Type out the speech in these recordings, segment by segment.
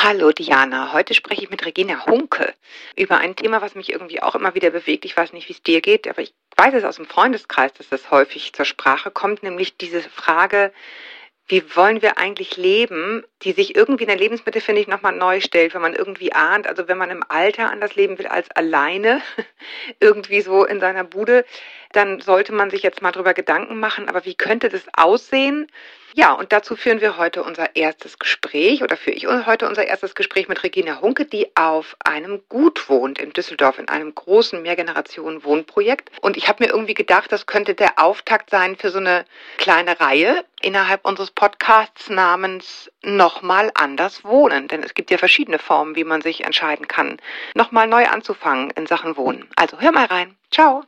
Hallo Diana, heute spreche ich mit Regina Hunke über ein Thema, was mich irgendwie auch immer wieder bewegt. Ich weiß nicht, wie es dir geht, aber ich weiß es aus dem Freundeskreis, dass das häufig zur Sprache kommt, nämlich diese Frage, wie wollen wir eigentlich leben, die sich irgendwie in der Lebensmitte, finde ich, nochmal neu stellt, wenn man irgendwie ahnt, also wenn man im Alter anders leben will als alleine, irgendwie so in seiner Bude, dann sollte man sich jetzt mal drüber Gedanken machen, aber wie könnte das aussehen? Ja, und dazu führen wir heute unser erstes Gespräch, oder führe ich heute unser erstes Gespräch mit Regina Hunke, die auf einem Gut wohnt in Düsseldorf, in einem großen Mehrgenerationen-Wohnprojekt. Und ich habe mir irgendwie gedacht, das könnte der Auftakt sein für so eine kleine Reihe innerhalb unseres Podcasts namens Nochmal anders wohnen. Denn es gibt ja verschiedene Formen, wie man sich entscheiden kann, nochmal neu anzufangen in Sachen Wohnen. Also hör mal rein. Ciao.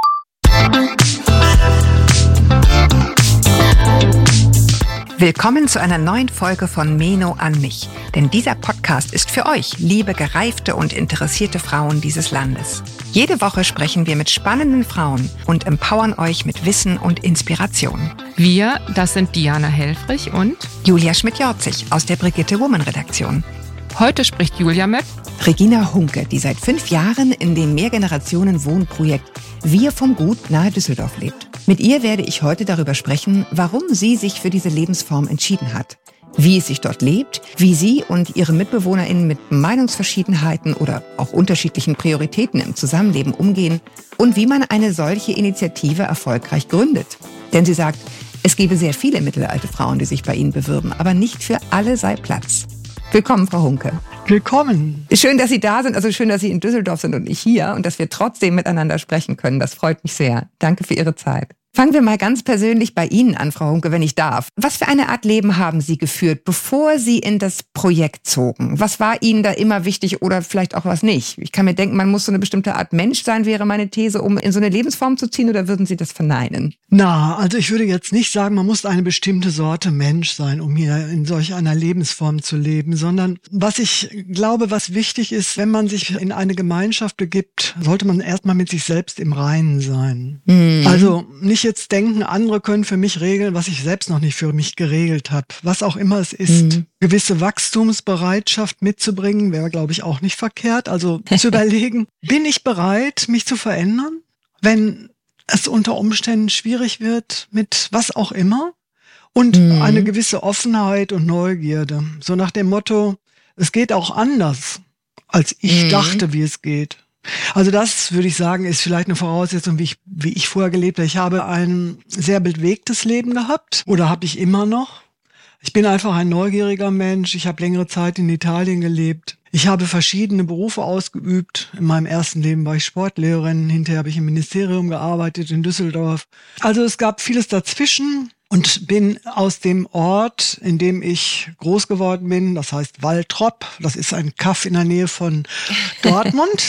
Willkommen zu einer neuen Folge von Meno an mich. Denn dieser Podcast ist für euch, liebe gereifte und interessierte Frauen dieses Landes. Jede Woche sprechen wir mit spannenden Frauen und empowern euch mit Wissen und Inspiration. Wir, das sind Diana Helfrich und Julia Schmidt-Jorzig aus der Brigitte Woman Redaktion. Heute spricht Julia mit Regina Hunke, die seit 5 Jahren in dem Mehrgenerationen-Wohnprojekt Wir vom Gut nahe Düsseldorf lebt. Mit ihr werde ich heute darüber sprechen, warum sie sich für diese Lebensform entschieden hat, wie es sich dort lebt, wie sie und ihre MitbewohnerInnen mit Meinungsverschiedenheiten oder auch unterschiedlichen Prioritäten im Zusammenleben umgehen und wie man eine solche Initiative erfolgreich gründet. Denn sie sagt, es gebe sehr viele mittelalte Frauen, die sich bei ihnen bewirben, aber nicht für alle sei Platz. Willkommen, Frau Hunke. Willkommen. Schön, dass Sie da sind, also schön, dass Sie in Düsseldorf sind und nicht hier und dass wir trotzdem miteinander sprechen können. Das freut mich sehr. Danke für Ihre Zeit. Fangen wir mal ganz persönlich bei Ihnen an, Frau Hunke, wenn ich darf. Was für eine Art Leben haben Sie geführt, bevor Sie in das Projekt zogen? Was war Ihnen da immer wichtig oder vielleicht auch was nicht? Ich kann mir denken, man muss so eine bestimmte Art Mensch sein, wäre meine These, um in so eine Lebensform zu ziehen, oder würden Sie das verneinen? Na, also ich würde jetzt nicht sagen, man muss eine bestimmte Sorte Mensch sein, um hier in solch einer Lebensform zu leben, sondern was ich glaube, was wichtig ist, wenn man sich in eine Gemeinschaft begibt, sollte man erstmal mit sich selbst im Reinen sein. Also nicht jetzt denken, andere können für mich regeln, was ich selbst noch nicht für mich geregelt habe. Was auch immer es ist. Gewisse Wachstumsbereitschaft mitzubringen, wäre, glaube ich, auch nicht verkehrt. Also zu überlegen, bin ich bereit, mich zu verändern, wenn es unter Umständen schwierig wird, mit was auch immer? Und eine gewisse Offenheit und Neugierde. So nach dem Motto, es geht auch anders, als ich dachte, wie es geht. Also das, würde ich sagen, ist vielleicht eine Voraussetzung, wie ich vorher gelebt habe. Ich habe ein sehr bewegtes Leben gehabt oder habe ich immer noch. Ich bin einfach ein neugieriger Mensch. Ich habe längere Zeit in Italien gelebt. Ich habe verschiedene Berufe ausgeübt. In meinem ersten Leben war ich Sportlehrerin. Hinterher habe ich im Ministerium gearbeitet in Düsseldorf. Also es gab vieles dazwischen. Und bin aus dem Ort, in dem ich groß geworden bin, das heißt Waltrop, das ist ein Kaff in der Nähe von Dortmund.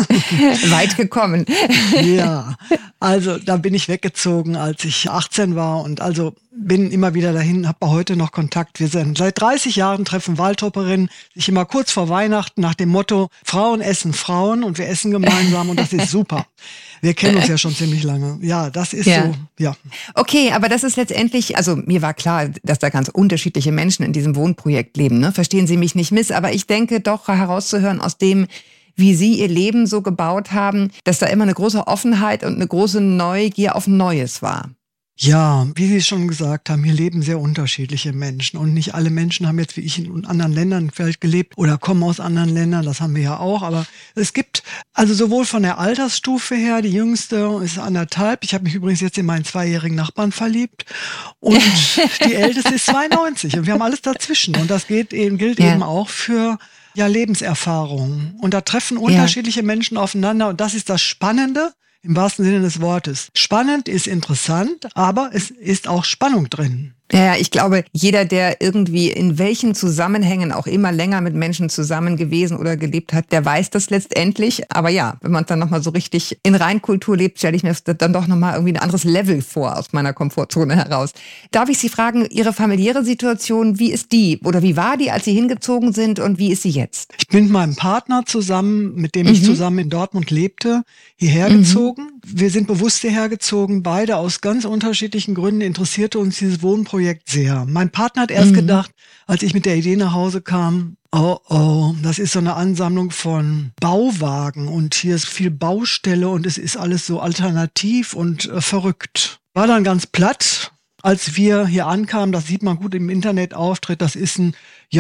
Weit gekommen. Ja, also da bin ich weggezogen, als ich 18 war und also bin immer wieder dahin, habe heute noch Kontakt. Wir sind seit 30 Jahren treffen Waldtropperinnen sich immer kurz vor Weihnachten nach dem Motto, Frauen essen Frauen und wir essen gemeinsam und das ist super. Wir kennen uns ja schon ziemlich lange. Ja, das ist so, ja. Okay, aber das ist letztendlich, also mir war klar, dass da ganz unterschiedliche Menschen in diesem Wohnprojekt leben, ne? Verstehen Sie mich nicht miss, aber ich denke doch herauszuhören aus dem, wie Sie Ihr Leben so gebaut haben, dass da immer eine große Offenheit und eine große Neugier auf Neues war. Ja, wie Sie schon gesagt haben, hier leben sehr unterschiedliche Menschen und nicht alle Menschen haben jetzt wie ich in anderen Ländern vielleicht gelebt oder kommen aus anderen Ländern, das haben wir ja auch, aber es gibt also sowohl von der Altersstufe her, die jüngste ist 1,5, ich habe mich übrigens jetzt in meinen 2-jährigen Nachbarn verliebt und die älteste ist 92 und wir haben alles dazwischen und das gilt eben auch für Lebenserfahrung und da treffen unterschiedliche Menschen aufeinander und das ist das Spannende. Im wahrsten Sinne des Wortes. Spannend ist interessant, aber es ist auch Spannung drin. Ja, ich glaube, jeder, der irgendwie in welchen Zusammenhängen auch immer länger mit Menschen zusammen gewesen oder gelebt hat, der weiß das letztendlich. Aber ja, wenn man dann nochmal so richtig in Reinkultur lebt, stelle ich mir das dann doch nochmal irgendwie ein anderes Level vor aus meiner Komfortzone heraus. Darf ich Sie fragen, Ihre familiäre Situation, wie ist die? Oder wie war die, als Sie hingezogen sind und wie ist sie jetzt? Ich bin mit meinem Partner zusammen, mit dem ich zusammen in Dortmund lebte, hierher gezogen. Wir sind bewusst hierher gezogen, beide aus ganz unterschiedlichen Gründen interessierte uns dieses Wohnprojekt sehr. Mein Partner hat erst gedacht, als ich mit der Idee nach Hause kam, oh, das ist so eine Ansammlung von Bauwagen und hier ist viel Baustelle und es ist alles so alternativ und verrückt. War dann ganz platt, als wir hier ankamen, das sieht man gut im Internetauftritt, das ist ein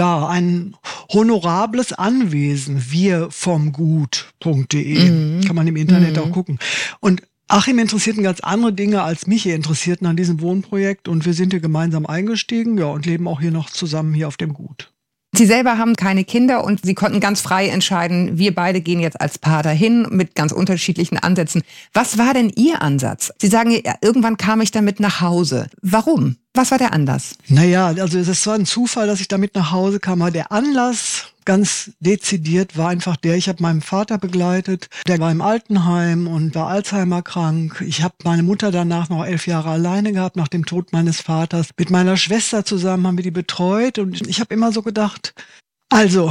honorables Anwesen, wir vom Gut.de, kann man im Internet auch gucken. Und Achim interessierten ganz andere Dinge, als mich hier interessierten an diesem Wohnprojekt und wir sind hier gemeinsam eingestiegen, und leben auch hier noch zusammen hier auf dem Gut. Sie selber haben keine Kinder und Sie konnten ganz frei entscheiden, wir beide gehen jetzt als Paar dahin mit ganz unterschiedlichen Ansätzen. Was war denn Ihr Ansatz? Sie sagen, irgendwann kam ich damit nach Hause. Warum? Was war der Anlass? Naja, also es war ein Zufall, dass ich damit nach Hause kam. Aber der Anlass, ganz dezidiert, war einfach ich habe meinen Vater begleitet, der war im Altenheim und war Alzheimer krank. Ich habe meine Mutter danach noch 11 Jahre alleine gehabt, nach dem Tod meines Vaters. Mit meiner Schwester zusammen haben wir die betreut und ich habe immer so gedacht, also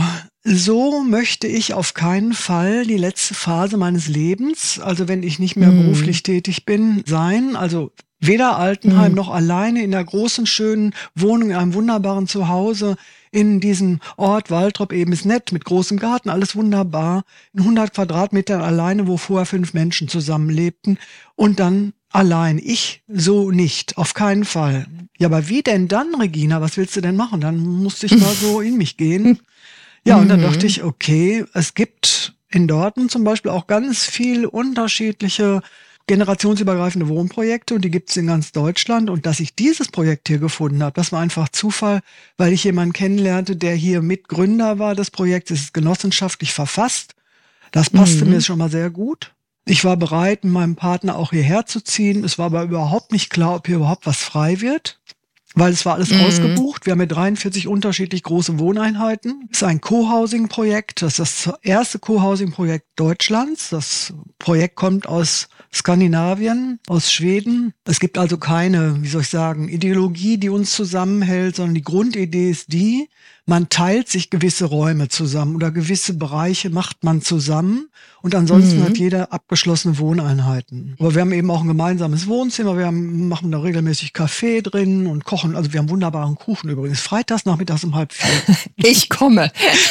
so möchte ich auf keinen Fall die letzte Phase meines Lebens, also wenn ich nicht mehr beruflich tätig bin, sein. Also weder Altenheim noch alleine in der großen, schönen Wohnung, in einem wunderbaren Zuhause in diesem Ort. Waltrop eben ist nett, mit großem Garten, alles wunderbar. In 100 Quadratmetern alleine, wo vorher 5 Menschen zusammenlebten. Und dann allein. Ich so nicht, auf keinen Fall. Ja, aber wie denn dann, Regina? Was willst du denn machen? Dann musste ich mal so in mich gehen. Ja, und dann dachte ich, okay, es gibt in Dortmund zum Beispiel auch ganz viel unterschiedliche generationsübergreifende Wohnprojekte und die gibt es in ganz Deutschland. Und dass ich dieses Projekt hier gefunden habe, das war einfach Zufall, weil ich jemanden kennenlernte, der hier Mitgründer war des Projekts. Es ist genossenschaftlich verfasst. Das passte mir schon mal sehr gut. Ich war bereit, mit meinem Partner auch hierher zu ziehen. Es war aber überhaupt nicht klar, ob hier überhaupt was frei wird, weil es war alles ausgebucht. Wir haben hier 43 unterschiedlich große Wohneinheiten. Es ist ein Co-Housing-Projekt. Das ist das erste Co-Housing-Projekt Deutschlands. Das Projekt kommt aus Skandinavien, aus Schweden. Es gibt also keine, Ideologie, die uns zusammenhält, sondern die Grundidee ist man teilt sich gewisse Räume zusammen oder gewisse Bereiche macht man zusammen und ansonsten hat jeder abgeschlossene Wohneinheiten. Aber wir haben eben auch ein gemeinsames Wohnzimmer, machen da regelmäßig Kaffee drin und kochen. Also wir haben wunderbaren Kuchen übrigens. Freitags nachmittags um 3:30. Ich komme.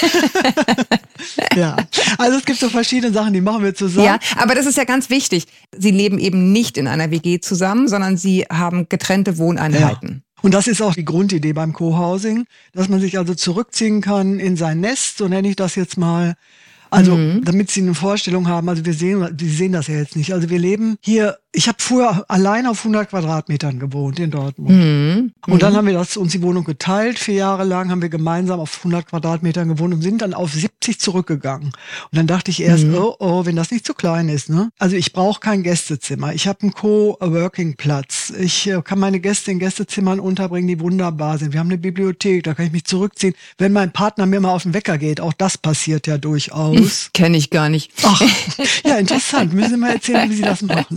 Ja, also es gibt so verschiedene Sachen, die machen wir zusammen. Ja, aber das ist ja ganz wichtig. Sie leben eben nicht in einer WG zusammen, sondern Sie haben getrennte Wohneinheiten. Ja. Und das ist auch die Grundidee beim Co-Housing, dass man sich also zurückziehen kann in sein Nest, so nenne ich das jetzt mal. Also, damit Sie eine Vorstellung haben, also die sehen das ja jetzt nicht. Also wir leben hier, ich habe früher allein auf 100 Quadratmetern gewohnt in Dortmund. Und dann haben wir uns die Wohnung geteilt. 4 Jahre lang haben wir gemeinsam auf 100 Quadratmetern gewohnt und sind dann auf 70 zurückgegangen. Und dann dachte ich erst, wenn das nicht zu klein ist, ne? Also ich brauche kein Gästezimmer. Ich habe einen Co-Working-Platz. Ich kann meine Gäste in Gästezimmern unterbringen, die wunderbar sind. Wir haben eine Bibliothek, da kann ich mich zurückziehen. Wenn mein Partner mir mal auf den Wecker geht, auch das passiert ja durchaus. Kenne ich gar nicht. Ach, ja, interessant. Müssen Sie mal erzählen, wie Sie das machen.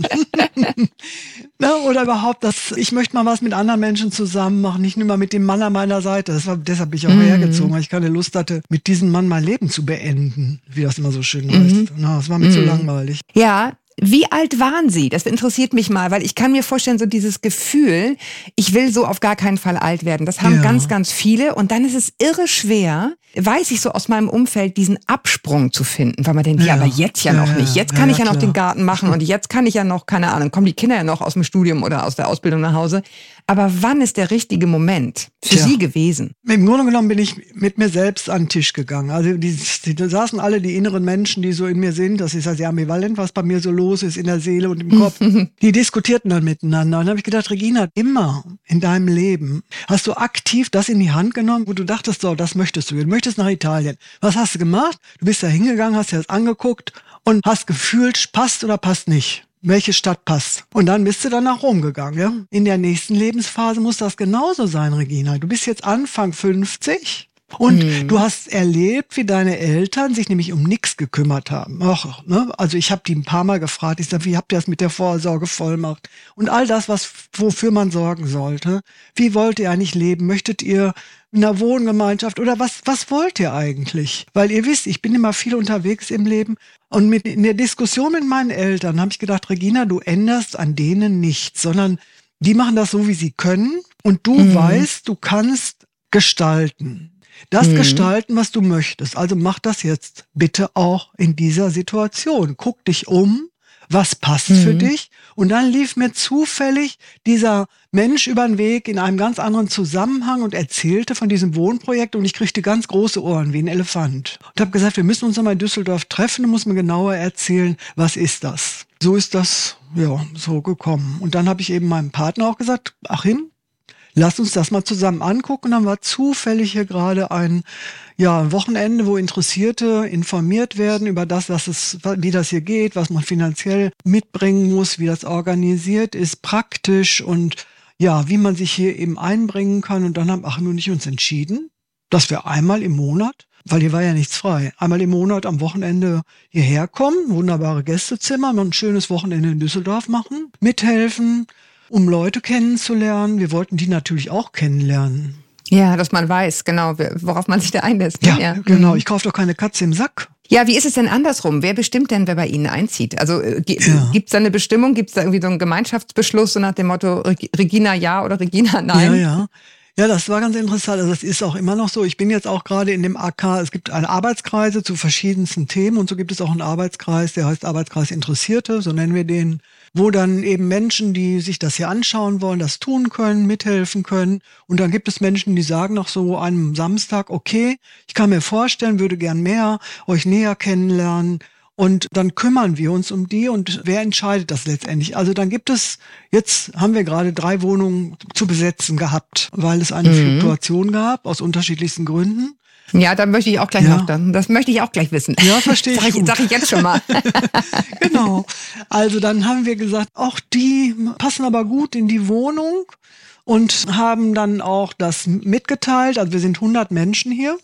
Na, oder überhaupt, ich möchte mal was mit anderen Menschen zusammen machen, nicht nur mal mit dem Mann an meiner Seite. Deshalb bin ich auch hergezogen, weil ich keine Lust hatte, mit diesem Mann mein Leben zu beenden, wie das immer so schön heißt. Na, das war mir zu langweilig. Ja. Wie alt waren Sie? Das interessiert mich mal, weil ich kann mir vorstellen, so dieses Gefühl, ich will so auf gar keinen Fall alt werden. Das haben ganz, ganz viele. Und dann ist es irre schwer, weiß ich so aus meinem Umfeld, diesen Absprung zu finden. Weil man denkt, aber jetzt ja noch nicht. Jetzt kann ich ja noch den Garten machen und jetzt kann ich ja noch, keine Ahnung, kommen die Kinder ja noch aus dem Studium oder aus der Ausbildung nach Hause. Aber wann ist der richtige Moment für Sie gewesen? Im Grunde genommen bin ich mit mir selbst an den Tisch gegangen. Also die saßen alle, die inneren Menschen, die so in mir sind. Das ist ja sehr ambivalent, was bei mir so los ist in der Seele und im Kopf. Die diskutierten dann miteinander. Und dann habe ich gedacht, Regina, immer in deinem Leben hast du aktiv das in die Hand genommen, wo du dachtest, so, das möchtest du. Du möchtest nach Italien. Was hast du gemacht? Du bist da hingegangen, hast dir das angeguckt und hast gefühlt, passt oder passt nicht. Welche Stadt passt. Und dann bist du dann nach Rom gegangen. Ja? In der nächsten Lebensphase muss das genauso sein, Regina. Du bist jetzt Anfang 50 und du hast erlebt, wie deine Eltern sich nämlich um nichts gekümmert haben. Also ich habe die ein paar Mal gefragt, ich sage, wie habt ihr das mit der Vorsorgevollmacht? Und all das, wofür man sorgen sollte. Wie wollt ihr eigentlich leben? Möchtet ihr in einer Wohngemeinschaft oder was wollt ihr eigentlich? Weil ihr wisst, ich bin immer viel unterwegs im Leben und in der Diskussion mit meinen Eltern habe ich gedacht, Regina, du änderst an denen nichts, sondern die machen das so, wie sie können und du weißt, du kannst gestalten. das gestalten, was du möchtest. Also mach das jetzt bitte auch in dieser Situation. Guck dich um, was passt für dich? Und dann lief mir zufällig dieser Mensch über den Weg in einem ganz anderen Zusammenhang und erzählte von diesem Wohnprojekt und ich kriegte ganz große Ohren wie ein Elefant. Und habe gesagt, wir müssen uns nochmal in Düsseldorf treffen, du musst mir genauer erzählen, was ist das? So ist das, so gekommen. Und dann habe ich eben meinem Partner auch gesagt, Achim, lass uns das mal zusammen angucken. Und dann war zufällig hier gerade ein Wochenende, wo Interessierte informiert werden über das, wie das hier geht, was man finanziell mitbringen muss, wie das organisiert ist, praktisch und wie man sich hier eben einbringen kann. Und dann haben Achim und ich uns entschieden, dass wir einmal im Monat, weil hier war ja nichts frei, einmal im Monat am Wochenende hierher kommen, wunderbare Gästezimmer, noch ein schönes Wochenende in Düsseldorf machen, mithelfen, um Leute kennenzulernen. Wir wollten die natürlich auch kennenlernen. Ja, dass man weiß, genau, worauf man sich da einlässt. Ja, genau. Ich kaufe doch keine Katze im Sack. Ja, wie ist es denn andersrum? Wer bestimmt denn, wer bei Ihnen einzieht? Also gibt es da eine Bestimmung? Gibt es da irgendwie so einen Gemeinschaftsbeschluss, so nach dem Motto Regina ja oder Regina nein? Ja, das war ganz interessant. Also das ist auch immer noch so. Ich bin jetzt auch gerade in dem AK, es gibt eine Arbeitskreise zu verschiedensten Themen und so gibt es auch einen Arbeitskreis, der heißt Arbeitskreis Interessierte, so nennen wir den, wo dann eben Menschen, die sich das hier anschauen wollen, das tun können, mithelfen können. Und dann gibt es Menschen, die sagen nach so einem Samstag, okay, ich kann mir vorstellen, würde gern mehr euch näher kennenlernen. Und dann kümmern wir uns um die und wer entscheidet das letztendlich? Also dann jetzt haben wir gerade 3 Wohnungen zu besetzen gehabt, weil es eine Fluktuation gab, aus unterschiedlichsten Gründen. Ja, da möchte ich auch gleich noch, das möchte ich auch gleich wissen. Ja, verstehe ich. Sag ich jetzt schon mal. Genau. Also dann haben wir gesagt, auch die passen aber gut in die Wohnung und haben dann auch das mitgeteilt. Also wir sind 100 Menschen hier.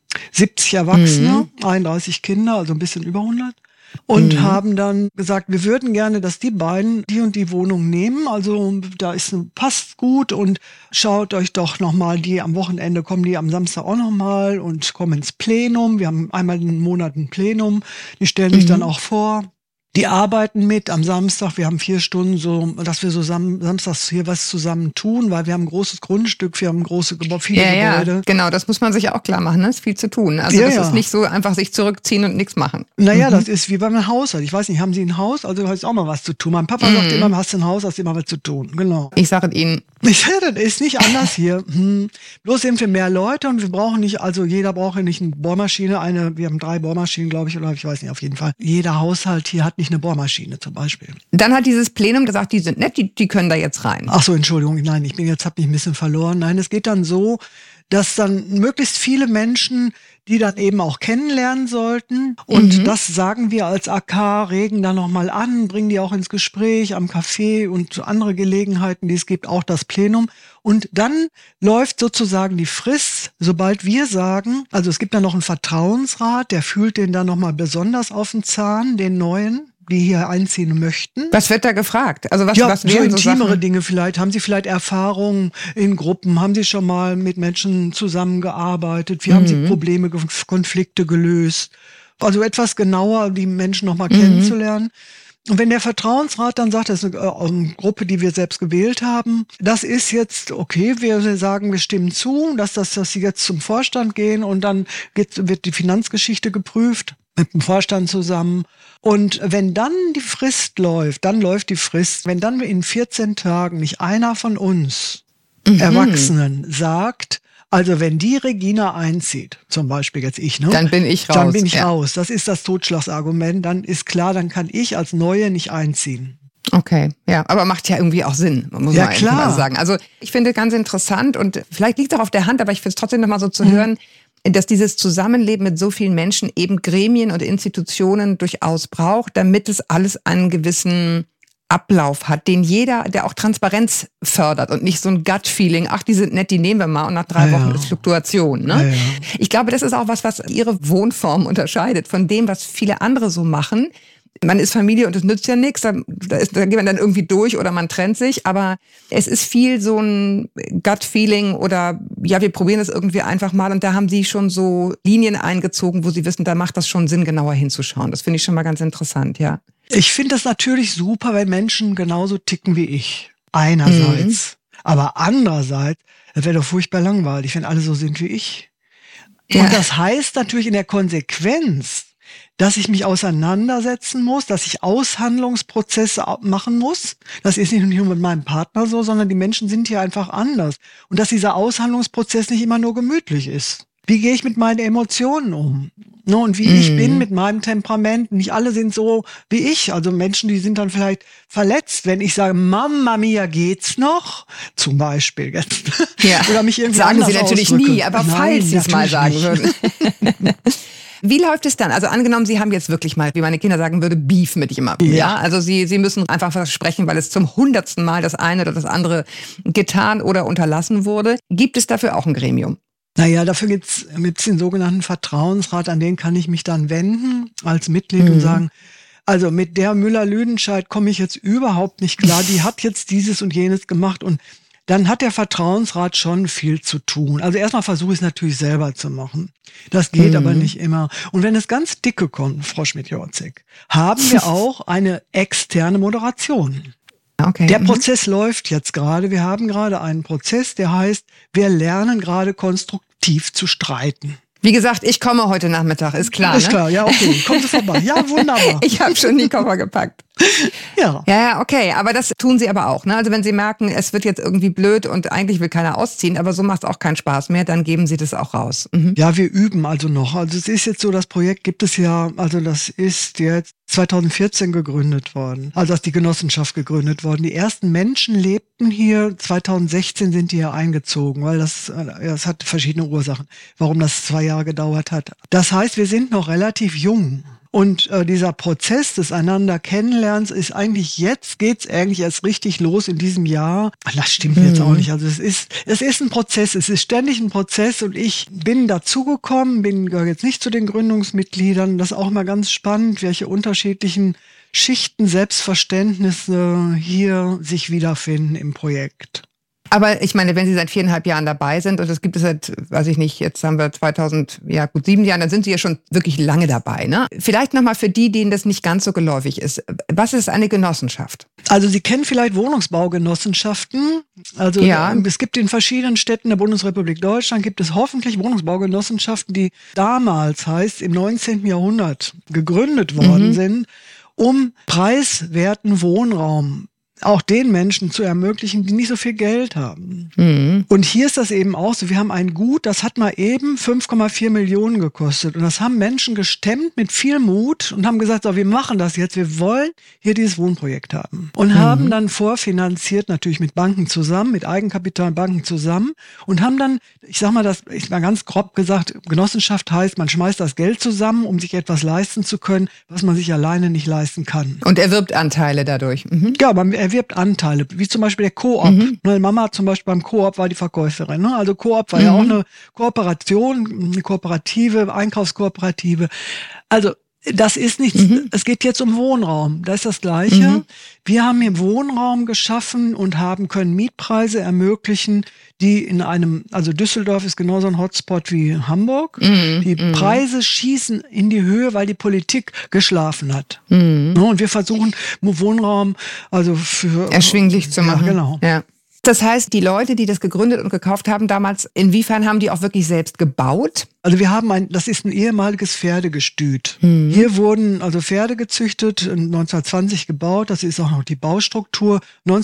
70 Erwachsene, 31 Kinder, also ein bisschen über 100. Und haben dann gesagt, wir würden gerne, dass die beiden die und die Wohnung nehmen. Also da passt gut und schaut euch doch nochmal die am Wochenende, kommen die am Samstag auch nochmal und kommen ins Plenum. Wir haben einmal im Monat ein Plenum. Die stellen sich dann auch vor. Die arbeiten mit am Samstag. Wir haben 4 Stunden so, dass wir so samstags hier was zusammen tun, weil wir haben ein großes Grundstück, wir haben viele Gebäude. Ja, genau, das muss man sich auch klar machen, ne? Ist viel zu tun. Also das ist nicht so einfach sich zurückziehen und nichts machen. Naja, das ist wie beim Haushalt. Ich weiß nicht, haben Sie ein Haus? Also da ist auch mal was zu tun. Mein Papa sagt immer, hast du ein Haus, hast du immer was zu tun. Genau. Ich sage es Ihnen. Das ist nicht anders hier. Bloß sind wir mehr Leute und wir brauchen nicht, also jeder braucht ja nicht eine Bohrmaschine, wir haben 3 Bohrmaschinen, glaube ich, oder ich weiß nicht, auf jeden Fall. Jeder Haushalt hier hat nicht eine Bohrmaschine zum Beispiel. Dann hat dieses Plenum gesagt, die sind nett, die können da jetzt rein. Ach so, Entschuldigung, nein, habe mich ein bisschen verloren. Nein, es geht dann so, dass dann möglichst viele Menschen, die dann eben auch kennenlernen sollten. Und das sagen wir als AK, regen dann nochmal an, bringen die auch ins Gespräch am Café und andere Gelegenheiten, die es gibt, auch das Plenum. Und dann läuft sozusagen die Frist, sobald wir sagen, also es gibt dann noch einen Vertrauensrat, der fühlt den dann nochmal besonders auf den Zahn, den neuen, die hier einziehen möchten. Was wird da gefragt? Also was so intimere Dinge vielleicht. Haben Sie vielleicht Erfahrungen in Gruppen? Haben Sie schon mal mit Menschen zusammengearbeitet? Wie haben Sie Probleme, Konflikte gelöst? Also etwas genauer die Menschen noch mal kennenzulernen. Und wenn der Vertrauensrat dann sagt, das ist eine Gruppe, die wir selbst gewählt haben, das ist jetzt okay, wir sagen, wir stimmen zu, dass sie jetzt zum Vorstand gehen und dann wird die Finanzgeschichte geprüft mit dem Vorstand zusammen. Und wenn dann die Frist läuft, dann läuft die Frist. Wenn dann in 14 Tagen nicht einer von uns Erwachsenen sagt, also wenn die Regina einzieht, zum Beispiel jetzt ich, ne? Dann bin ich raus. Dann bin ich raus. Das ist das Totschlagsargument. Dann ist klar, dann kann ich als Neue nicht einziehen. Okay, ja, aber macht ja irgendwie auch Sinn, muss man eigentlich mal sagen. Also ich finde ganz interessant und vielleicht liegt es auch auf der Hand, aber ich finde es trotzdem nochmal so zu hören, dass dieses Zusammenleben mit so vielen Menschen eben Gremien und Institutionen durchaus braucht, damit es alles einen gewissen Ablauf hat, den jeder, der auch Transparenz fördert und nicht so ein Gut-Feeling, ach, die sind nett, die nehmen wir mal und nach 3 Wochen ist Fluktuation. Ne? Ja. Ich glaube, das ist auch was ihre Wohnform unterscheidet von dem, was viele andere so machen. Man ist Familie und es nützt ja nichts, da geht man dann irgendwie durch oder man trennt sich, aber es ist viel so ein Gut-Feeling oder ja, wir probieren es irgendwie einfach mal und da haben sie schon so Linien eingezogen, wo sie wissen, da macht das schon Sinn, genauer hinzuschauen. Das finde ich schon mal ganz interessant, ja. Ich finde das natürlich super, wenn Menschen genauso ticken wie ich. Einerseits. Aber andererseits, das wäre doch furchtbar langweilig, wenn alle so sind wie ich. Ja. Und das heißt natürlich in der Konsequenz, dass ich mich auseinandersetzen muss, dass ich Aushandlungsprozesse machen muss. Das ist nicht nur mit meinem Partner so, sondern die Menschen sind hier einfach anders. Und dass dieser Aushandlungsprozess nicht immer nur gemütlich ist. Wie gehe ich mit meinen Emotionen um? Und wie ich bin mit meinem Temperament. Nicht alle sind so wie ich. Also Menschen, die sind dann vielleicht verletzt, wenn ich sage, Mama mia, geht's noch? Zum Beispiel. Ja. Oder mich irgendwie sagen anders Sie natürlich ausdrücke. nie, aber Nein, falls Sie es mal sagen nicht. würden. Wie läuft es dann? Also angenommen, Sie haben jetzt wirklich mal, wie meine Kinder sagen würde, Beef mit jemandem. Ja. Also Sie müssen einfach versprechen, weil es zum 100. Mal das eine oder das andere getan oder unterlassen wurde. Gibt es dafür auch ein Gremium? Naja, dafür gibt's den sogenannten Vertrauensrat, an den kann ich mich dann wenden als Mitglied und sagen, also mit der Müller-Lüdenscheid komme ich jetzt überhaupt nicht klar. Die hat jetzt dieses und jenes gemacht und dann hat der Vertrauensrat schon viel zu tun. Also erstmal versuche ich es natürlich selber zu machen. Das geht aber nicht immer. Und wenn es ganz dicke kommt, Frau Schmidt-Jorzig, haben wir auch eine externe Moderation. Okay. Der Prozess läuft jetzt gerade. Wir haben gerade einen Prozess, der heißt, wir lernen gerade konstruktiv zu streiten. Wie gesagt, ich komme heute Nachmittag, ist klar. Ist klar, ja, okay. Kommen Sie vorbei. Ja, wunderbar. Ich habe schon die Koffer gepackt. Ja. Ja, okay, aber das tun Sie aber auch, ne? Also wenn Sie merken, es wird jetzt irgendwie blöd und eigentlich will keiner ausziehen, aber so macht es auch keinen Spaß mehr, dann geben Sie das auch raus. Ja, wir üben also noch. Also es ist jetzt so, das Projekt gibt es ja, also das ist jetzt 2014 gegründet worden. Also ist die Genossenschaft gegründet worden. Die ersten Menschen lebten hier, 2016 sind die hier eingezogen, weil das hat verschiedene Ursachen, warum das 2 Jahre gedauert hat. Das heißt, wir sind noch relativ jung. Und dieser Prozess des einander Kennenlernens ist eigentlich geht's eigentlich erst richtig los in diesem Jahr. Das stimmt jetzt auch nicht. Also es ist ein Prozess, es ist ständig ein Prozess und ich bin dazugekommen, gehöre jetzt nicht zu den Gründungsmitgliedern. Das ist auch mal ganz spannend, welche unterschiedlichen Schichten, Selbstverständnisse hier sich wiederfinden im Projekt. Aber ich meine, wenn Sie seit 4,5 Jahren dabei sind und das gibt es seit, weiß ich nicht, jetzt haben wir 7 Jahren, dann sind Sie ja schon wirklich lange dabei, ne? Vielleicht nochmal für die, denen das nicht ganz so geläufig ist. Was ist eine Genossenschaft? Also Sie kennen vielleicht Wohnungsbaugenossenschaften. Also ja. Es gibt in verschiedenen Städten der Bundesrepublik Deutschland gibt es hoffentlich Wohnungsbaugenossenschaften, die damals, heißt im 19. Jahrhundert, gegründet worden sind, um preiswerten Wohnraum auch den Menschen zu ermöglichen, die nicht so viel Geld haben. Und hier ist das eben auch so, wir haben ein Gut, das hat mal eben 5,4 Millionen gekostet. Und das haben Menschen gestemmt mit viel Mut und haben gesagt, so, wir machen das jetzt, wir wollen hier dieses Wohnprojekt haben. Und haben dann vorfinanziert, natürlich mit Banken zusammen, mit Eigenkapitalbanken zusammen und haben dann, ich sag mal, das ist mal ganz grob gesagt, Genossenschaft heißt, man schmeißt das Geld zusammen, um sich etwas leisten zu können, was man sich alleine nicht leisten kann. Und erwirbt Anteile dadurch. Ja, man erwirbt Anteile, wie zum Beispiel der Coop. Meine Mama hat zum Beispiel beim Coop war die Verkäuferin. Ne? Also Coop war ja auch eine Kooperation, eine Kooperative, Einkaufskooperative. Also das ist nichts, es geht jetzt um Wohnraum. Das ist das Gleiche. Wir haben hier Wohnraum geschaffen und können Mietpreise ermöglichen, die in also Düsseldorf ist genauso ein Hotspot wie Hamburg. Die Preise schießen in die Höhe, weil die Politik geschlafen hat. Und wir versuchen Wohnraum also für erschwinglich zu machen. Ja, genau. Ja. Das heißt, die Leute, die das gegründet und gekauft haben damals, inwiefern haben die auch wirklich selbst gebaut? Also wir haben das ist ein ehemaliges Pferdegestüt. Hier wurden also Pferde gezüchtet, 1920 gebaut, das ist auch noch die Baustruktur.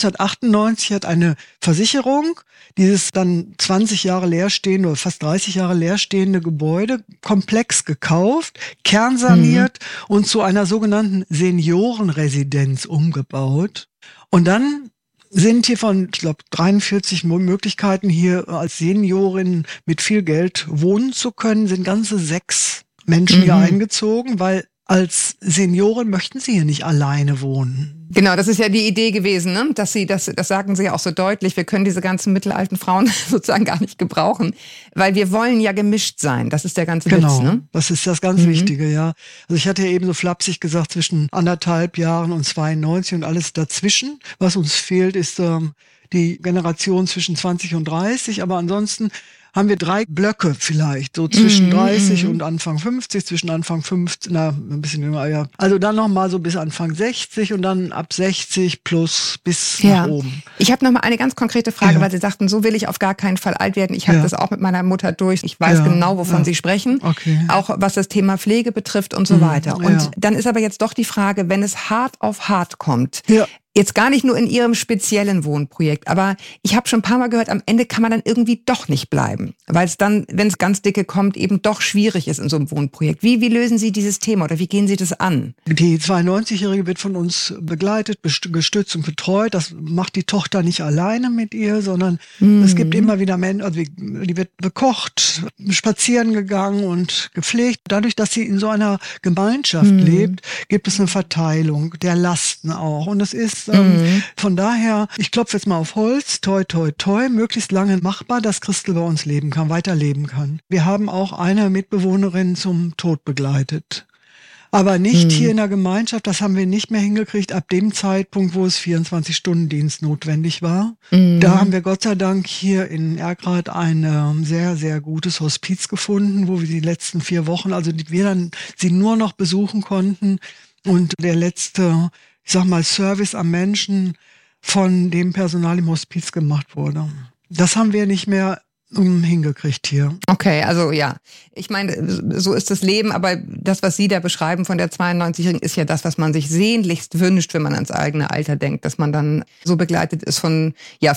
1998 hat eine Versicherung dieses dann 20 Jahre leerstehende oder fast 30 Jahre leerstehende Gebäude komplex gekauft, kernsaniert und zu einer sogenannten Seniorenresidenz umgebaut. Und dann sind hier von, ich glaube, 43 Möglichkeiten hier als Seniorin mit viel Geld wohnen zu können, sind ganze 6 Menschen hier eingezogen, weil als Senioren möchten sie hier nicht alleine wohnen. Genau, das ist ja die Idee gewesen, ne? Dass sie, das sagen sie ja auch so deutlich, wir können diese ganzen mittelalten Frauen sozusagen gar nicht gebrauchen, weil wir wollen ja gemischt sein. Das ist der ganze Witz, ne? Das ist das ganz Wichtige, ja. Also ich hatte ja eben so flapsig gesagt, zwischen 1,5 Jahren und 92 und alles dazwischen. Was uns fehlt, ist die Generation zwischen 20 und 30, aber ansonsten haben wir 3 Blöcke vielleicht, so zwischen 30 und Anfang 50, zwischen Anfang 50, ein bisschen jünger, ja. Also dann nochmal so bis Anfang 60 und dann ab 60 plus bis nach oben. Ich habe nochmal eine ganz konkrete Frage, weil Sie sagten, so will ich auf gar keinen Fall alt werden. Ich habe das auch mit meiner Mutter durch. Ich weiß genau, wovon Sie sprechen. Okay. Auch was das Thema Pflege betrifft und so weiter. Und dann ist aber jetzt doch die Frage, wenn es hart auf hart kommt, jetzt gar nicht nur in Ihrem speziellen Wohnprojekt, aber ich habe schon ein paar Mal gehört, am Ende kann man dann irgendwie doch nicht bleiben, weil es dann, wenn es ganz dicke kommt, eben doch schwierig ist in so einem Wohnprojekt. Wie lösen Sie dieses Thema oder wie gehen Sie das an? Die 92-Jährige wird von uns begleitet, gestützt und betreut. Das macht die Tochter nicht alleine mit ihr, sondern es gibt immer wieder Menschen, also die wird bekocht, spazieren gegangen und gepflegt. Dadurch, dass sie in so einer Gemeinschaft lebt, gibt es eine Verteilung der Lasten auch. Und es ist von daher, ich klopfe jetzt mal auf Holz, toi, toi, toi, möglichst lange machbar, dass Christel bei uns leben kann, weiterleben kann. Wir haben auch eine Mitbewohnerin zum Tod begleitet. Aber nicht hier in der Gemeinschaft, das haben wir nicht mehr hingekriegt, ab dem Zeitpunkt, wo es 24-Stunden-Dienst notwendig war. Da haben wir Gott sei Dank hier in Erkrath ein sehr, sehr gutes Hospiz gefunden, wo wir die letzten 4 Wochen, also wir dann sie nur noch besuchen konnten. Und der letzte, ich sag mal, Service am Menschen von dem Personal im Hospiz gemacht wurde. Das haben wir nicht mehr hingekriegt hier. Okay, also ja. Ich meine, so ist das Leben, aber das, was Sie da beschreiben von der 92-Jährigen, ist ja das, was man sich sehnlichst wünscht, wenn man ans eigene Alter denkt, dass man dann so begleitet ist von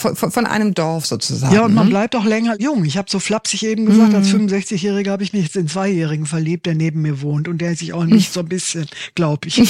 einem Dorf sozusagen. Ja, und man bleibt auch länger jung. Ich habe so flapsig eben gesagt, als 65-Jähriger habe ich mich jetzt in 2-Jährigen verliebt, der neben mir wohnt und der sich auch nicht so ein bisschen, glaube ich.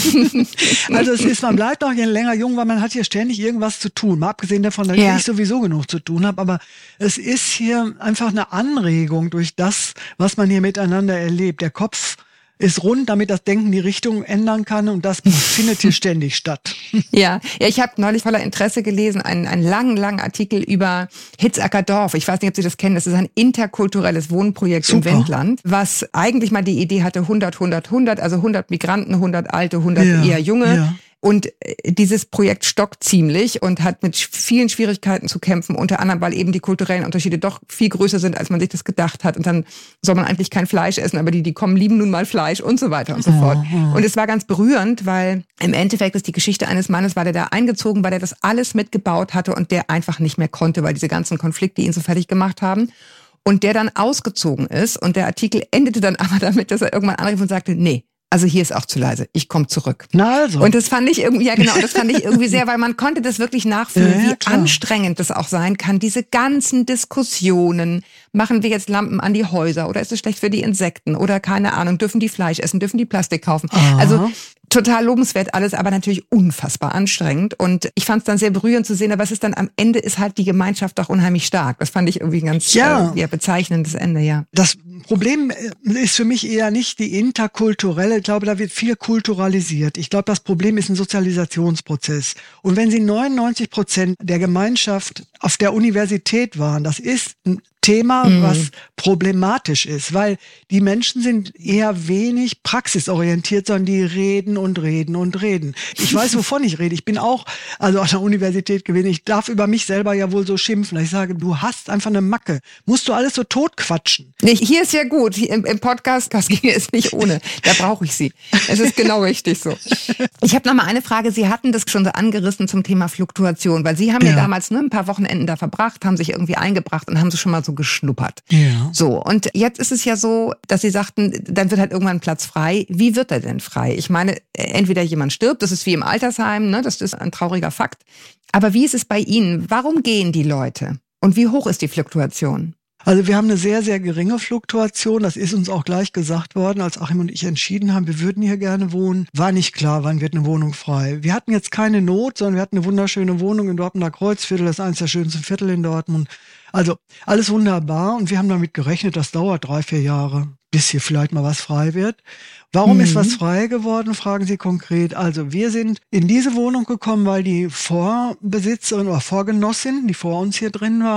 Also man bleibt auch länger jung, weil man hat hier ständig irgendwas zu tun. Mal abgesehen davon, dass ich sowieso genug zu tun habe, aber es ist hier einfach eine Anregung durch das, was man hier miteinander erlebt. Der Kopf ist rund, damit das Denken die Richtung ändern kann und das findet hier ständig statt. Ja, ich habe neulich voller Interesse gelesen, einen langen Artikel über Hitzacker Dorf. Ich weiß nicht, ob Sie das kennen. Das ist ein interkulturelles Wohnprojekt im Wendland, was eigentlich mal die Idee hatte, 100, also 100 Migranten, 100 Alte, 100 eher Junge. Ja. Und dieses Projekt stockt ziemlich und hat mit vielen Schwierigkeiten zu kämpfen, unter anderem, weil eben die kulturellen Unterschiede doch viel größer sind, als man sich das gedacht hat. Und dann soll man eigentlich kein Fleisch essen, aber die kommen, lieben nun mal Fleisch und so weiter und so fort. Und es war ganz berührend, weil im Endeffekt ist die Geschichte eines Mannes, war der da eingezogen, weil der das alles mitgebaut hatte und der einfach nicht mehr konnte, weil diese ganzen Konflikte ihn so fertig gemacht haben. Und der dann ausgezogen ist und der Artikel endete dann aber damit, dass er irgendwann anrief und sagte, nee, also hier ist auch zu leise, ich komme zurück. Na also. Und das fand ich irgendwie, das fand ich irgendwie sehr, weil man konnte das wirklich nachfühlen, wie anstrengend das auch sein kann, diese ganzen Diskussionen. Machen wir jetzt Lampen an die Häuser oder ist es schlecht für die Insekten oder keine Ahnung, dürfen die Fleisch essen, dürfen die Plastik kaufen? Also total lobenswert alles, aber natürlich unfassbar anstrengend. Und ich fand es dann sehr berührend zu sehen, aber es ist dann am Ende ist halt die Gemeinschaft doch unheimlich stark. Das fand ich irgendwie ein ganz bezeichnendes Ende, ja. Das Problem ist für mich eher nicht die interkulturelle, ich glaube, da wird viel kulturalisiert. Ich glaube, das Problem ist ein Sozialisationsprozess. Und wenn Sie 99% der Gemeinschaft auf der Universität waren, das ist ein Thema, was problematisch ist, weil die Menschen sind eher wenig praxisorientiert, sondern die reden und reden und reden. Ich weiß, wovon ich rede. Ich bin auch an der Universität gewesen. Ich darf über mich selber ja wohl so schimpfen. Ich sage, du hast einfach eine Macke. Musst du alles so totquatschen? Hier ist ja gut. Im Podcast ging es nicht ohne. Da brauche ich Sie. Es ist genau richtig so. Ich habe noch mal eine Frage. Sie hatten das schon so angerissen zum Thema Fluktuation, weil Sie haben ja damals ein paar Wochenenden da verbracht, haben sich irgendwie eingebracht und haben so schon mal so geschnuppert. Ja. So, und jetzt ist es ja so, dass Sie sagten, dann wird halt irgendwann ein Platz frei. Wie wird er denn frei? Ich meine, entweder jemand stirbt, das ist wie im Altersheim, ne? Das ist ein trauriger Fakt. Aber wie ist es bei Ihnen? Warum gehen die Leute? Und wie hoch ist die Fluktuation? Also wir haben eine sehr, sehr geringe Fluktuation. Das ist uns auch gleich gesagt worden, als Achim und ich entschieden haben, wir würden hier gerne wohnen. War nicht klar, wann wird eine Wohnung frei. Wir hatten jetzt keine Not, sondern wir hatten eine wunderschöne Wohnung in Dortmunder Kreuzviertel. Das ist eines der schönsten Viertel in Dortmund. Also alles wunderbar und wir haben damit gerechnet, das dauert 3-4 Jahre, bis hier vielleicht mal was frei wird. Warum ist was frei geworden, fragen Sie konkret. Also wir sind in diese Wohnung gekommen, weil die Vorbesitzerin oder Vorgenossin, die vor uns hier drin war,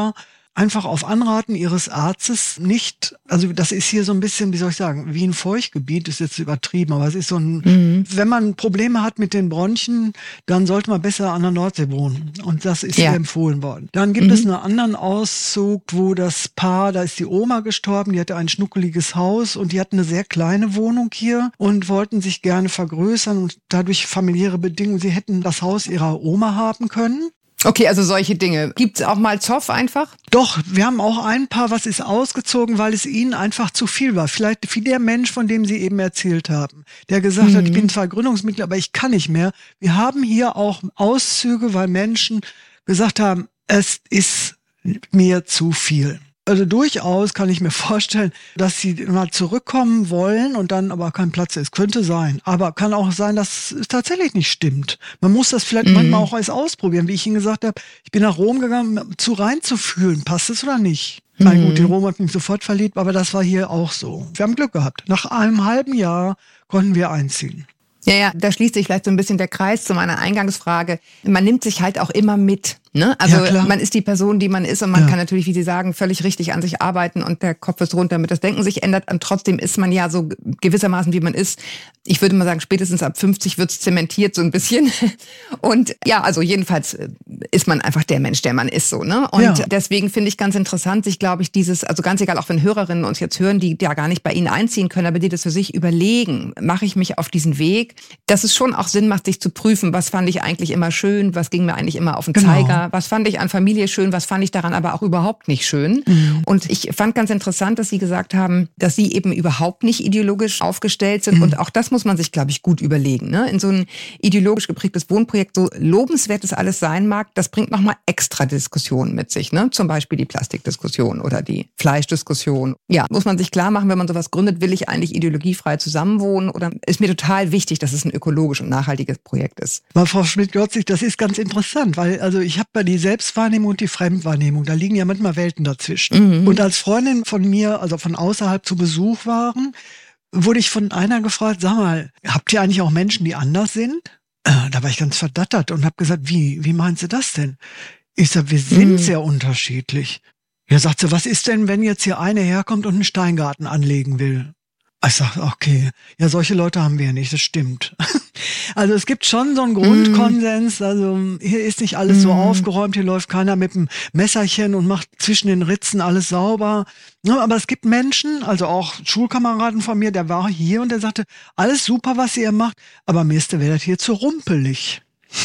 einfach auf Anraten ihres Arztes nicht, also das ist hier so ein bisschen, wie soll ich sagen, wie ein Feuchtgebiet, ist jetzt übertrieben, aber es ist so ein, wenn man Probleme hat mit den Bronchien, dann sollte man besser an der Nordsee wohnen. Und das ist hier empfohlen worden. Dann gibt es einen anderen Auszug, wo das Paar, da ist die Oma gestorben, die hatte ein schnuckeliges Haus und die hatten eine sehr kleine Wohnung hier und wollten sich gerne vergrößern und dadurch familiäre Bedingungen, sie hätten das Haus ihrer Oma haben können. Okay, also solche Dinge. Gibt's auch mal Zoff einfach? Doch, wir haben auch ein Paar, was ist ausgezogen, weil es ihnen einfach zu viel war. Vielleicht wie der Mensch, von dem Sie eben erzählt haben, der gesagt hat, ich bin zwar Gründungsmitglied, aber ich kann nicht mehr. Wir haben hier auch Auszüge, weil Menschen gesagt haben, es ist mir zu viel. Also durchaus kann ich mir vorstellen, dass sie mal zurückkommen wollen und dann aber kein Platz ist. Könnte sein. Aber kann auch sein, dass es tatsächlich nicht stimmt. Man muss das vielleicht manchmal auch alles ausprobieren. Wie ich Ihnen gesagt habe, ich bin nach Rom gegangen, zu reinzufühlen. Passt es oder nicht? Na gut, in Rom habe ich mich sofort verliebt, aber das war hier auch so. Wir haben Glück gehabt. Nach einem halben Jahr konnten wir einziehen. Ja, da schließt sich vielleicht so ein bisschen der Kreis zu meiner Eingangsfrage. Man nimmt sich halt auch immer mit. Ne? Also man ist die Person, die man ist und man kann natürlich, wie Sie sagen, völlig richtig an sich arbeiten und der Kopf ist rund, damit das Denken sich ändert und trotzdem ist man ja so gewissermaßen, wie man ist. Ich würde mal sagen, spätestens ab 50 wird's zementiert so ein bisschen und ja, also jedenfalls ist man einfach der Mensch, der man ist so. Ne? Und deswegen finde ich ganz interessant, sich glaube ich also ganz egal, auch wenn Hörerinnen uns jetzt hören, die ja gar nicht bei Ihnen einziehen können, aber die das für sich überlegen, mache ich mich auf diesen Weg, dass es schon auch Sinn macht, sich zu prüfen, was fand ich eigentlich immer schön, was ging mir eigentlich immer auf den Zeiger, was fand ich an Familie schön, was fand ich daran aber auch überhaupt nicht schön. Und ich fand ganz interessant, dass Sie gesagt haben, dass Sie eben überhaupt nicht ideologisch aufgestellt sind. Und auch das muss man sich, glaube ich, gut überlegen. Ne? In so ein ideologisch geprägtes Wohnprojekt, so lobenswert es alles sein mag, das bringt nochmal extra Diskussionen mit sich. Ne? Zum Beispiel die Plastikdiskussion oder die Fleischdiskussion. Ja, muss man sich klar machen, wenn man sowas gründet, will ich eigentlich ideologiefrei zusammenwohnen oder ist mir total wichtig, dass es ein ökologisch und nachhaltiges Projekt ist. Aber Frau Schmidt-Jorzig, das ist ganz interessant, weil also ich habe bei die Selbstwahrnehmung und die Fremdwahrnehmung, da liegen ja manchmal Welten dazwischen. Und als Freundin von mir, also von außerhalb zu Besuch waren, wurde ich von einer gefragt, sag mal, habt ihr eigentlich auch Menschen, die anders sind? Da war ich ganz verdattert und habe gesagt, wie meint sie das denn? Ich sag, wir sind sehr unterschiedlich. Ja, sagt sie, was ist denn, wenn jetzt hier eine herkommt und einen Steingarten anlegen will? Ich sag, okay, ja, solche Leute haben wir nicht, das stimmt. Also es gibt schon so einen Grundkonsens, also hier ist nicht alles so aufgeräumt, hier läuft keiner mit einem Messerchen und macht zwischen den Ritzen alles sauber. Ja, aber es gibt Menschen, also auch Schulkameraden von mir, der war hier und der sagte, alles super, was ihr macht, aber mir werdet hier zu rumpelig.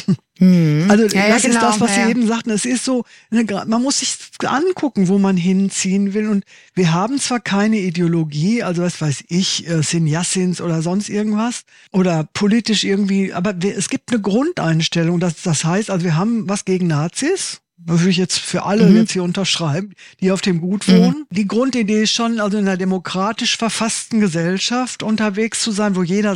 Also das ist das, was Sie eben sagten. Es ist so, man muss sich angucken, wo man hinziehen will. Und wir haben zwar keine Ideologie, also was weiß ich, Sinjassins oder sonst irgendwas oder politisch irgendwie, aber es gibt eine Grundeinstellung. Das heißt, also wir haben was gegen Nazis. Das würde ich jetzt für alle jetzt hier unterschreiben, die auf dem Gut wohnen. Die Grundidee ist schon, also in einer demokratisch verfassten Gesellschaft unterwegs zu sein, wo jede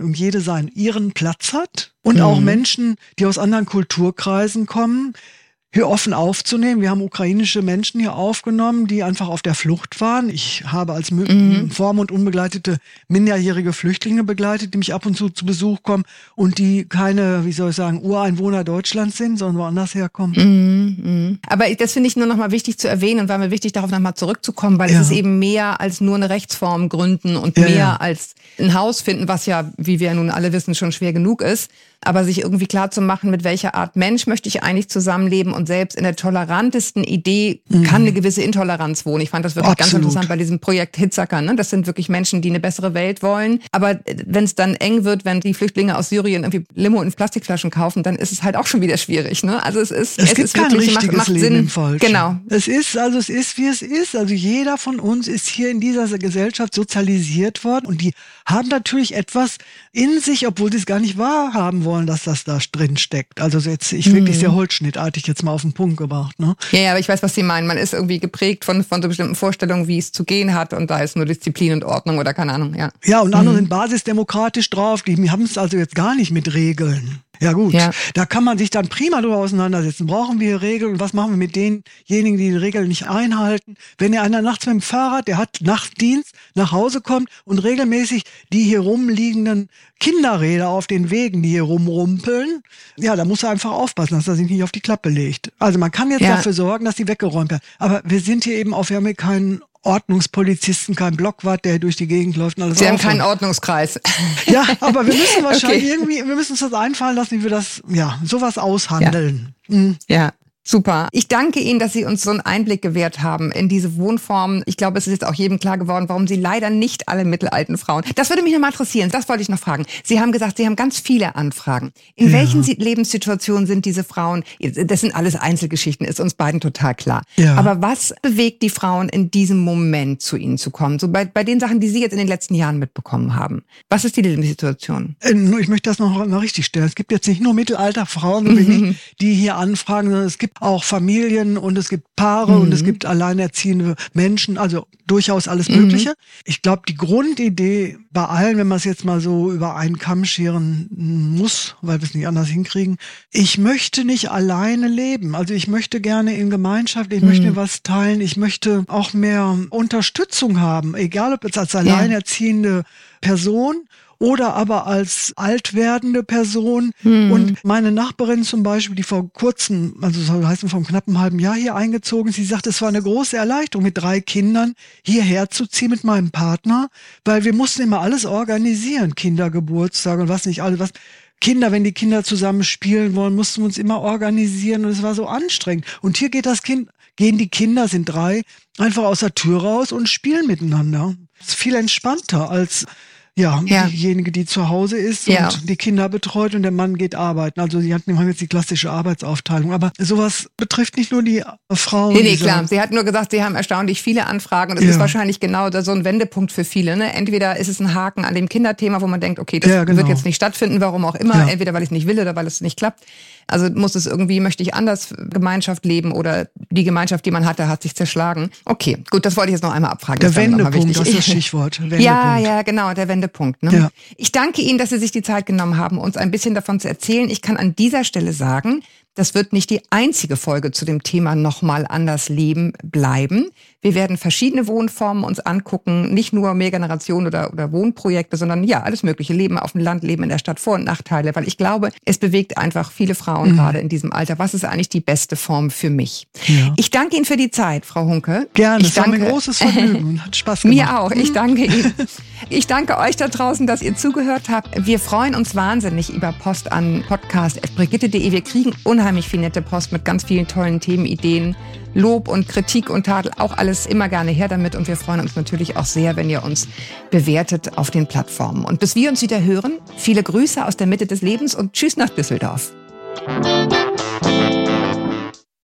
ihren Platz hat. Und auch Menschen, die aus anderen Kulturkreisen kommen, hier offen aufzunehmen. Wir haben ukrainische Menschen hier aufgenommen, die einfach auf der Flucht waren. Ich habe als Form- und unbegleitete minderjährige Flüchtlinge begleitet, die mich ab und zu Besuch kommen und die keine, wie soll ich sagen, Ureinwohner Deutschlands sind, sondern woanders herkommen. Aber das finde ich nur noch mal wichtig zu erwähnen und war mir wichtig, darauf noch mal zurückzukommen, weil es ist eben mehr als nur eine Rechtsform gründen und mehr als ein Haus finden, was ja, wie wir nun alle wissen, schon schwer genug ist. Aber sich irgendwie klar zu machen, mit welcher Art Mensch möchte ich eigentlich zusammenleben und selbst in der tolerantesten Idee kann eine gewisse Intoleranz wohnen. Ich fand das wirklich ganz interessant bei diesem Projekt Hitzacker. Ne? Das sind wirklich Menschen, die eine bessere Welt wollen. Aber wenn es dann eng wird, wenn die Flüchtlinge aus Syrien irgendwie Limo in Plastikflaschen kaufen, dann ist es halt auch schon wieder schwierig. Ne? Also es gibt kein wirklich, richtiges Leben Sinn. Im Falschen. Genau. Es ist, wie es ist. Also jeder von uns ist hier in dieser Gesellschaft sozialisiert worden und die haben natürlich etwas in sich, obwohl sie es gar nicht wahrhaben wollen, dass das da drin steckt. Also jetzt ich wirklich sehr holzschnittartig jetzt mal auf den Punkt gebracht. Ne? Ja, aber ich weiß, was Sie meinen. Man ist irgendwie geprägt von so bestimmten Vorstellungen, wie es zu gehen hat und da ist nur Disziplin und Ordnung oder keine Ahnung. Ja, und andere sind basisdemokratisch drauf. Die haben es also jetzt gar nicht mit Regeln. Ja gut, da kann man sich dann prima drüber auseinandersetzen. Brauchen wir Regeln und was machen wir mit denjenigen, die Regeln nicht einhalten? Wenn einer nachts mit dem Fahrrad, der hat Nachtdienst, nach Hause kommt und regelmäßig die hier rumliegenden Kinderräder auf den Wegen, die hier rumrumpeln, ja, da muss er einfach aufpassen, dass er sich nicht auf die Klappe legt. Also man kann jetzt dafür sorgen, dass die weggeräumt werden. Aber wir sind hier eben wir haben hier keinen Ordnungspolizisten, kein Blockwart, der durch die Gegend läuft und alles. Sie haben keinen Ordnungskreis. Ja, aber wir müssen wahrscheinlich wir müssen uns das einfallen lassen, wie wir das, sowas aushandeln. Ja. Ja. Super. Ich danke Ihnen, dass Sie uns so einen Einblick gewährt haben in diese Wohnformen. Ich glaube, es ist jetzt auch jedem klar geworden, warum Sie leider nicht alle mittelalten Frauen. Das würde mich noch mal interessieren. Das wollte ich noch fragen. Sie haben gesagt, Sie haben ganz viele Anfragen. In welchen Lebenssituationen sind diese Frauen? Das sind alles Einzelgeschichten, ist uns beiden total klar. Ja. Aber was bewegt die Frauen in diesem Moment zu Ihnen zu kommen? So bei den Sachen, die Sie jetzt in den letzten Jahren mitbekommen haben. Was ist die Lebenssituation? Ich möchte das noch mal richtig stellen. Es gibt jetzt nicht nur Mittelalterfrauen, so wie ich, die hier anfragen, sondern es gibt auch Familien und es gibt Paare und es gibt alleinerziehende Menschen, also durchaus alles Mögliche. Ich glaube, die Grundidee bei allen, wenn man es jetzt mal so über einen Kamm scheren muss, weil wir es nicht anders hinkriegen, ich möchte nicht alleine leben. Also ich möchte gerne in Gemeinschaft, ich möchte mir was teilen, ich möchte auch mehr Unterstützung haben, egal ob jetzt als alleinerziehende Person oder aber als alt werdende Person. Und meine Nachbarin zum Beispiel, die vor kurzem, also soll heißen vor einem knappen halben Jahr hier eingezogen ist, sie sagt, es war eine große Erleichterung, mit 3 Kindern hierher zu ziehen mit meinem Partner, weil wir mussten immer alles organisieren, Kindergeburtstag und was nicht alles, Kinder, wenn die Kinder zusammen spielen wollen, mussten wir uns immer organisieren und es war so anstrengend. Und hier gehen die Kinder, sind 3, einfach aus der Tür raus und spielen miteinander. Das ist viel entspannter als diejenige, die zu Hause ist und die Kinder betreut und der Mann geht arbeiten. Also sie haben jetzt die klassische Arbeitsaufteilung. Aber sowas betrifft nicht nur die Frauen. Nee, klar. Sie hat nur gesagt, sie haben erstaunlich viele Anfragen und das ist wahrscheinlich genau so ein Wendepunkt für viele. Ne? Entweder ist es ein Haken an dem Kinderthema, wo man denkt, okay, das wird jetzt nicht stattfinden, warum auch immer. Ja. Entweder weil ich es nicht will oder weil es nicht klappt. Also möchte ich anders Gemeinschaft leben oder die Gemeinschaft, die man hatte, hat sich zerschlagen. Okay, gut, das wollte ich jetzt noch einmal abfragen. Der Wendepunkt, das ist das Stichwort. Ja, genau, der Wendepunkt. Ne? Ja. Ich danke Ihnen, dass Sie sich die Zeit genommen haben, uns ein bisschen davon zu erzählen. Ich kann an dieser Stelle sagen, das wird nicht die einzige Folge zu dem Thema nochmal anders leben bleiben. Wir werden verschiedene Wohnformen uns angucken, nicht nur Mehrgeneration oder Wohnprojekte, sondern alles mögliche. Leben auf dem Land, Leben in der Stadt, Vor- und Nachteile. Weil ich glaube, es bewegt einfach viele Frauen gerade in diesem Alter. Was ist eigentlich die beste Form für mich? Ja. Ich danke Ihnen für die Zeit, Frau Hunke. Gerne, es war mir ein großes Vergnügen und hat Spaß gemacht. Mir auch, ich danke Ihnen. Ich danke euch da draußen, dass ihr zugehört habt. Wir freuen uns wahnsinnig über Post an podcast@brigitte.de. Wir kriegen unheimlich viel nette Post mit ganz vielen tollen Themenideen. Lob und Kritik und Tadel, auch alles immer gerne her damit. Und wir freuen uns natürlich auch sehr, wenn ihr uns bewertet auf den Plattformen. Und bis wir uns wieder hören, viele Grüße aus der Mitte des Lebens und tschüss nach Düsseldorf.